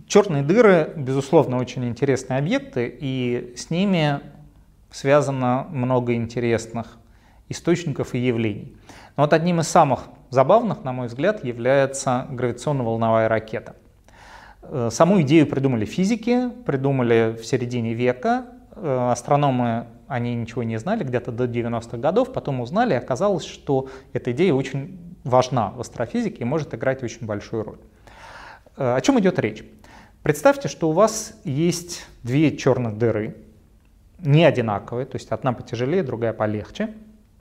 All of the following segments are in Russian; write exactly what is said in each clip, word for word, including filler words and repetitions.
Черные дыры, безусловно, очень интересные объекты, и с ними связано много интересных источников и явлений. Но вот одним из самых забавных, на мой взгляд, является гравитационно-волновая ракета. Саму идею придумали физики, придумали в середине века. Астрономы, они ничего не знали, где-то до девяностых годов, потом узнали, и оказалось, что эта идея очень важна в астрофизике и может играть очень большую роль. О чем идет речь? Представьте, что у вас есть две черных дыры, не одинаковые, то есть одна потяжелее, другая полегче,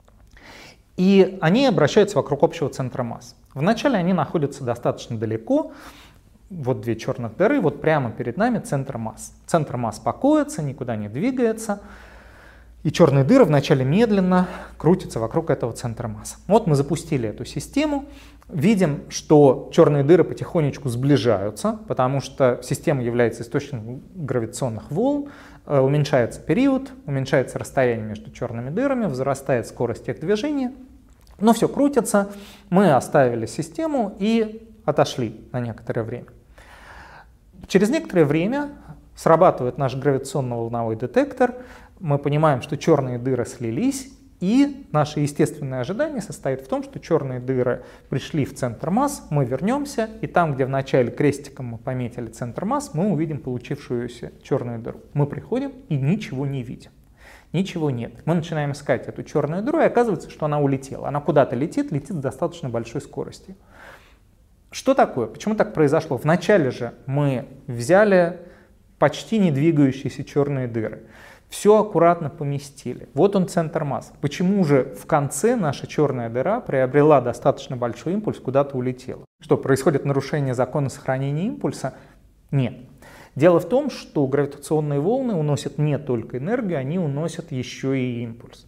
и они обращаются вокруг общего центра масс. Вначале они находятся достаточно далеко, вот две черных дыры, вот прямо перед нами центр масс. Центр масс покоится, никуда не двигается, и черные дыры вначале медленно крутятся вокруг этого центра масс. Вот мы запустили эту систему, видим, что черные дыры потихонечку сближаются, потому что система является источником гравитационных волн, уменьшается период, уменьшается расстояние между черными дырами, возрастает скорость их движения, но все крутится, мы оставили систему и отошли на некоторое время. Через некоторое время срабатывает наш гравитационно-волновой детектор, мы понимаем, что черные дыры слились, и наше естественное ожидание состоит в том, что черные дыры пришли в центр масс, мы вернемся, и там, где в начале крестиком мы пометили центр масс, мы увидим получившуюся черную дыру. Мы приходим и ничего не видим. Ничего нет. Мы начинаем искать эту черную дыру, и оказывается, что она улетела. Она куда-то летит, летит с достаточно большой скоростью. Что такое? Почему так произошло? Вначале же мы взяли почти не двигающиеся черные дыры. Все аккуратно поместили. Вот он центр масс. Почему же в конце наша черная дыра приобрела достаточно большой импульс, куда-то улетела? Что, происходит нарушение закона сохранения импульса? Нет. Дело в том, что гравитационные волны уносят не только энергию, они уносят еще и импульс.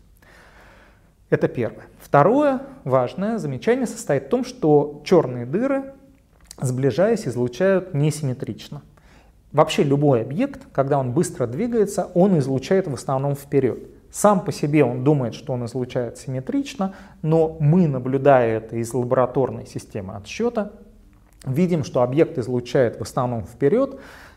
Это первое. Второе важное замечание состоит в том, что черные дыры, сближаясь, излучают несимметрично. Вообще любой объект, когда он быстро двигается, он излучает в основном вперед. Сам по себе он думает, что он излучает симметрично, но мы, наблюдая это из лабораторной системы отсчета, видим, что объект излучает в основном вперед.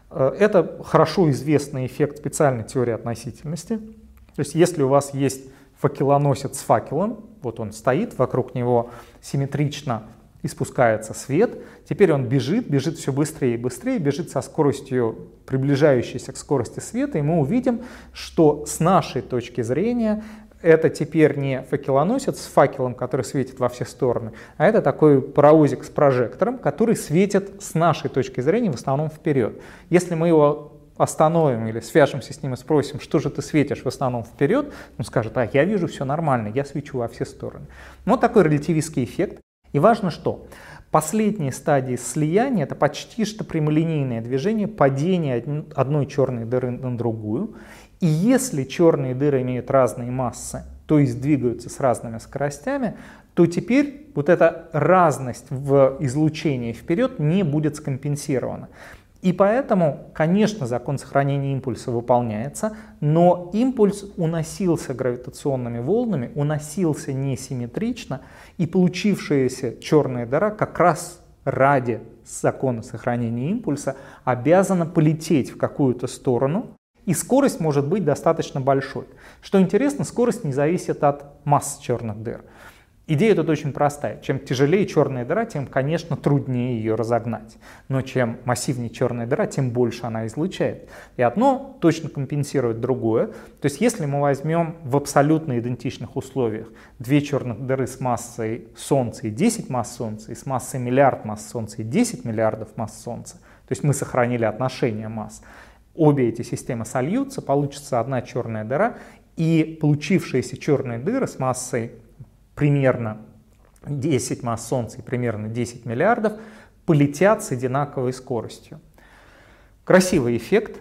Это хорошо известный эффект специальной теории относительности. То есть если у вас есть факелоносец с факелом, вот он стоит, вокруг него симметрично испускается свет, теперь он бежит, бежит все быстрее и быстрее, бежит со скоростью, приближающейся к скорости света, и мы увидим, что с нашей точки зрения это теперь не факелоносец с факелом, который светит во все стороны, а это такой паровозик с прожектором, который светит с нашей точки зрения в основном вперед. Если мы его остановим или свяжемся с ним и спросим, что же ты светишь в основном вперед, он скажет: а я вижу все нормально, я свечу во все стороны. Вот такой релятивистский эффект. И важно, что последние стадии слияния — это почти что прямолинейное движение, падение одной черной дыры на другую. И если черные дыры имеют разные массы, то есть двигаются с разными скоростями, то теперь вот эта разность в излучении вперед не будет скомпенсирована. И поэтому, конечно, закон сохранения импульса выполняется, но импульс уносился гравитационными волнами, уносился несимметрично, и получившаяся черная дыра как раз ради закона сохранения импульса обязана полететь в какую-то сторону, и скорость может быть достаточно большой. Что интересно, скорость не зависит от масс черных дыр. Идея тут очень простая. Чем тяжелее черная дыра, тем, конечно, труднее ее разогнать. Но чем массивнее черная дыра, тем больше она излучает. И одно точно компенсирует другое. То есть если мы возьмем в абсолютно идентичных условиях две черных дыры с массой Солнца и десять масс Солнца, и с массой миллиард масс Солнца и десять миллиардов масс Солнца, то есть мы сохранили отношение масс, обе эти системы сольются, получится одна черная дыра, и получившиеся черные дыры с массой примерно десять масс Солнца и примерно десять миллиардов полетят с одинаковой скоростью. Красивый эффект.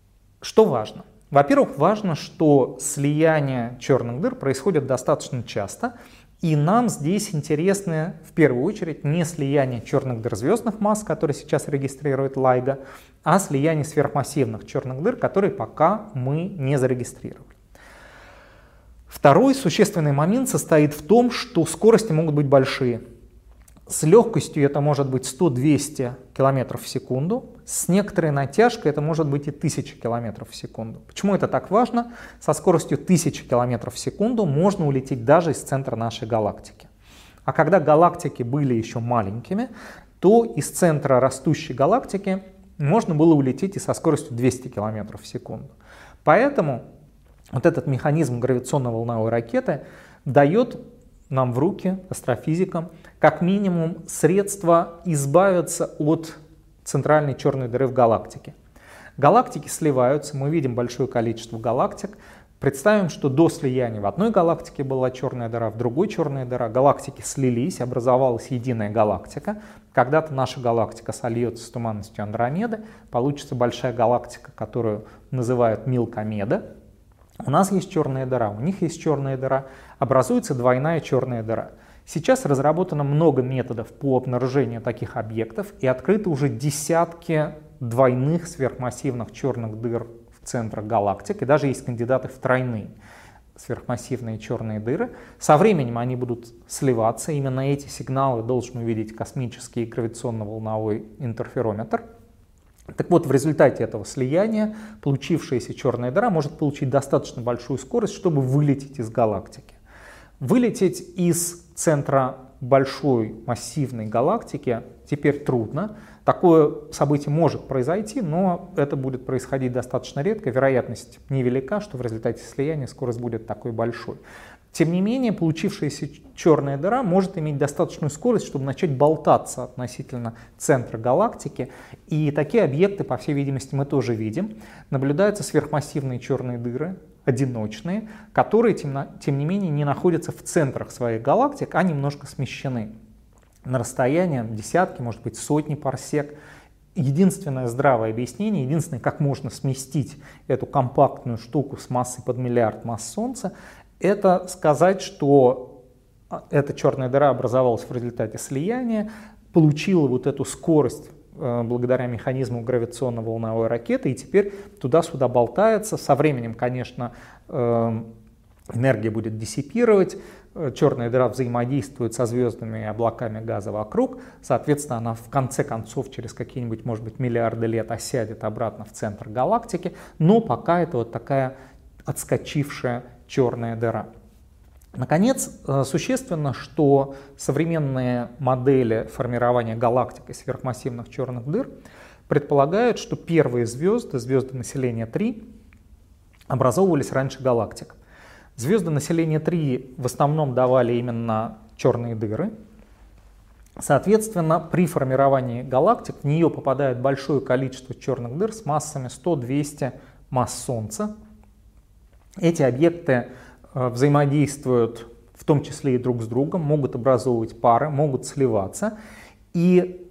Что важно? Во-первых, важно, что слияние черных дыр происходит достаточно часто, и нам здесь интересно в первую очередь не слияние черных дыр звездных масс, которые сейчас регистрирует лайго, а слияние сверхмассивных черных дыр, которые пока мы не зарегистрировали. Второй существенный момент состоит в том, что скорости могут быть большие. С легкостью это может быть сто-двести километров в секунду, с некоторой натяжкой это может быть и тысяча километров в секунду. Почему это так важно? Со скоростью тысячи километров в секунду можно улететь даже из центра нашей галактики. А когда галактики были еще маленькими, то из центра растущей галактики можно было улететь и со скоростью двести километров в секунду. Поэтому вот этот механизм гравитационно-волновой ракеты дает нам в руки, астрофизикам, как минимум средства избавиться от центральной черной дыры в галактике. Галактики сливаются, мы видим большое количество галактик. Представим, что до слияния в одной галактике была черная дыра, в другой черная дыра. Галактики слились, образовалась единая галактика. Когда-то наша галактика сольется с туманностью Андромеды, получится большая галактика, которую называют Милкомеда. У нас есть черная дыра, у них есть черная дыра, образуется двойная черная дыра. Сейчас разработано много методов по обнаружению таких объектов и открыты уже десятки двойных сверхмассивных черных дыр в центрах галактик, и даже есть кандидаты в тройные сверхмассивные черные дыры. Со временем они будут сливаться, именно эти сигналы должен увидеть космический гравитационно-волновой интерферометр. Так вот, в результате этого слияния получившаяся черная дыра может получить достаточно большую скорость, чтобы вылететь из галактики. Вылететь из центра большой массивной галактики теперь трудно. Такое событие может произойти, но это будет происходить достаточно редко. Вероятность невелика, что в результате слияния скорость будет такой большой. Тем не менее, получившаяся черная дыра может иметь достаточную скорость, чтобы начать болтаться относительно центра галактики. И такие объекты, по всей видимости, мы тоже видим. Наблюдаются сверхмассивные черные дыры, одиночные, которые, тем, тем не менее, не находятся в центрах своих галактик, а немножко смещены на расстояние десятки, может быть, сотни парсек. Единственное здравое объяснение, единственное, как можно сместить эту компактную штуку с массой под миллиард масс Солнца, это сказать, что эта черная дыра образовалась в результате слияния, получила вот эту скорость э, благодаря механизму гравитационно-волновой ракеты, и теперь туда-сюда болтается. Со временем, конечно, э, энергия будет диссипировать, э, черная дыра взаимодействует со звездами и облаками газа вокруг, соответственно, она в конце концов через какие-нибудь, может быть, миллиарды лет осядет обратно в центр галактики, но пока это вот такая отскочившая черная дыра. Наконец, существенно, что современные модели формирования галактик и сверхмассивных черных дыр предполагают, что первые звезды, звезды населения три, образовывались раньше галактик. Звезды населения три в основном давали именно черные дыры. Соответственно, при формировании галактик в нее попадает большое количество черных дыр с массами сто-двести масс Солнца. Эти объекты взаимодействуют в том числе и друг с другом, могут образовывать пары, могут сливаться. И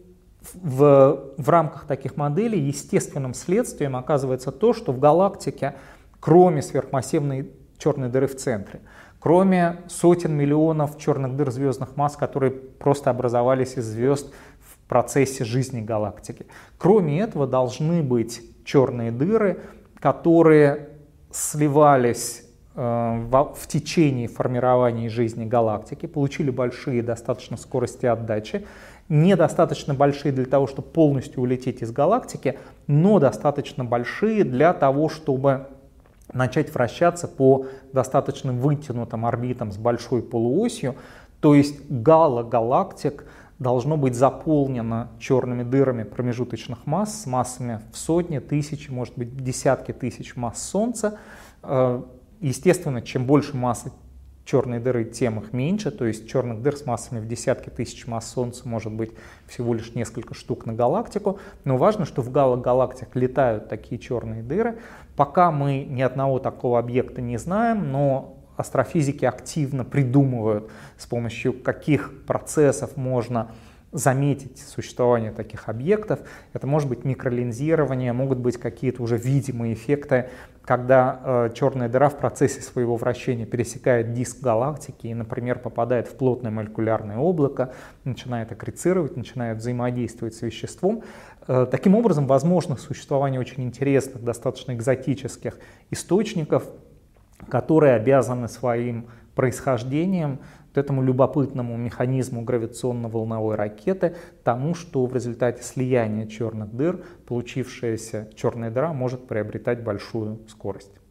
в, в рамках таких моделей естественным следствием оказывается то, что в галактике, кроме сверхмассивной черной дыры в центре, кроме сотен миллионов черных дыр звездных масс, которые просто образовались из звезд в процессе жизни галактики, кроме этого должны быть черные дыры, которые сливались э, в, в течение формирования жизни галактики, получили большие достаточно скорости отдачи, недостаточно большие для того, чтобы полностью улететь из галактики, но достаточно большие для того, чтобы начать вращаться по достаточно вытянутым орбитам с большой полуосью. То есть гало галактик должно быть заполнено черными дырами промежуточных масс с массами в сотни, тысячи, может быть, десятки тысяч масс Солнца. Естественно, чем больше массы черной дыры, тем их меньше. То есть черных дыр с массами в десятки тысяч масс Солнца может быть всего лишь несколько штук на галактику. Но важно, что в гало-галактиках летают такие черные дыры. Пока мы ни одного такого объекта не знаем, но астрофизики активно придумывают, с помощью каких процессов можно заметить существование таких объектов. Это может быть микролинзирование, могут быть какие-то уже видимые эффекты, когда э, черная дыра в процессе своего вращения пересекает диск галактики и, например, попадает в плотное молекулярное облако, начинает аккрецировать, начинает взаимодействовать с веществом. Э, таким образом, возможно существование очень интересных, достаточно экзотических источников, которые обязаны своим происхождением вот этому любопытному механизму гравитационно-волновой ракеты, тому, что в результате слияния черных дыр получившаяся черная дыра может приобретать большую скорость.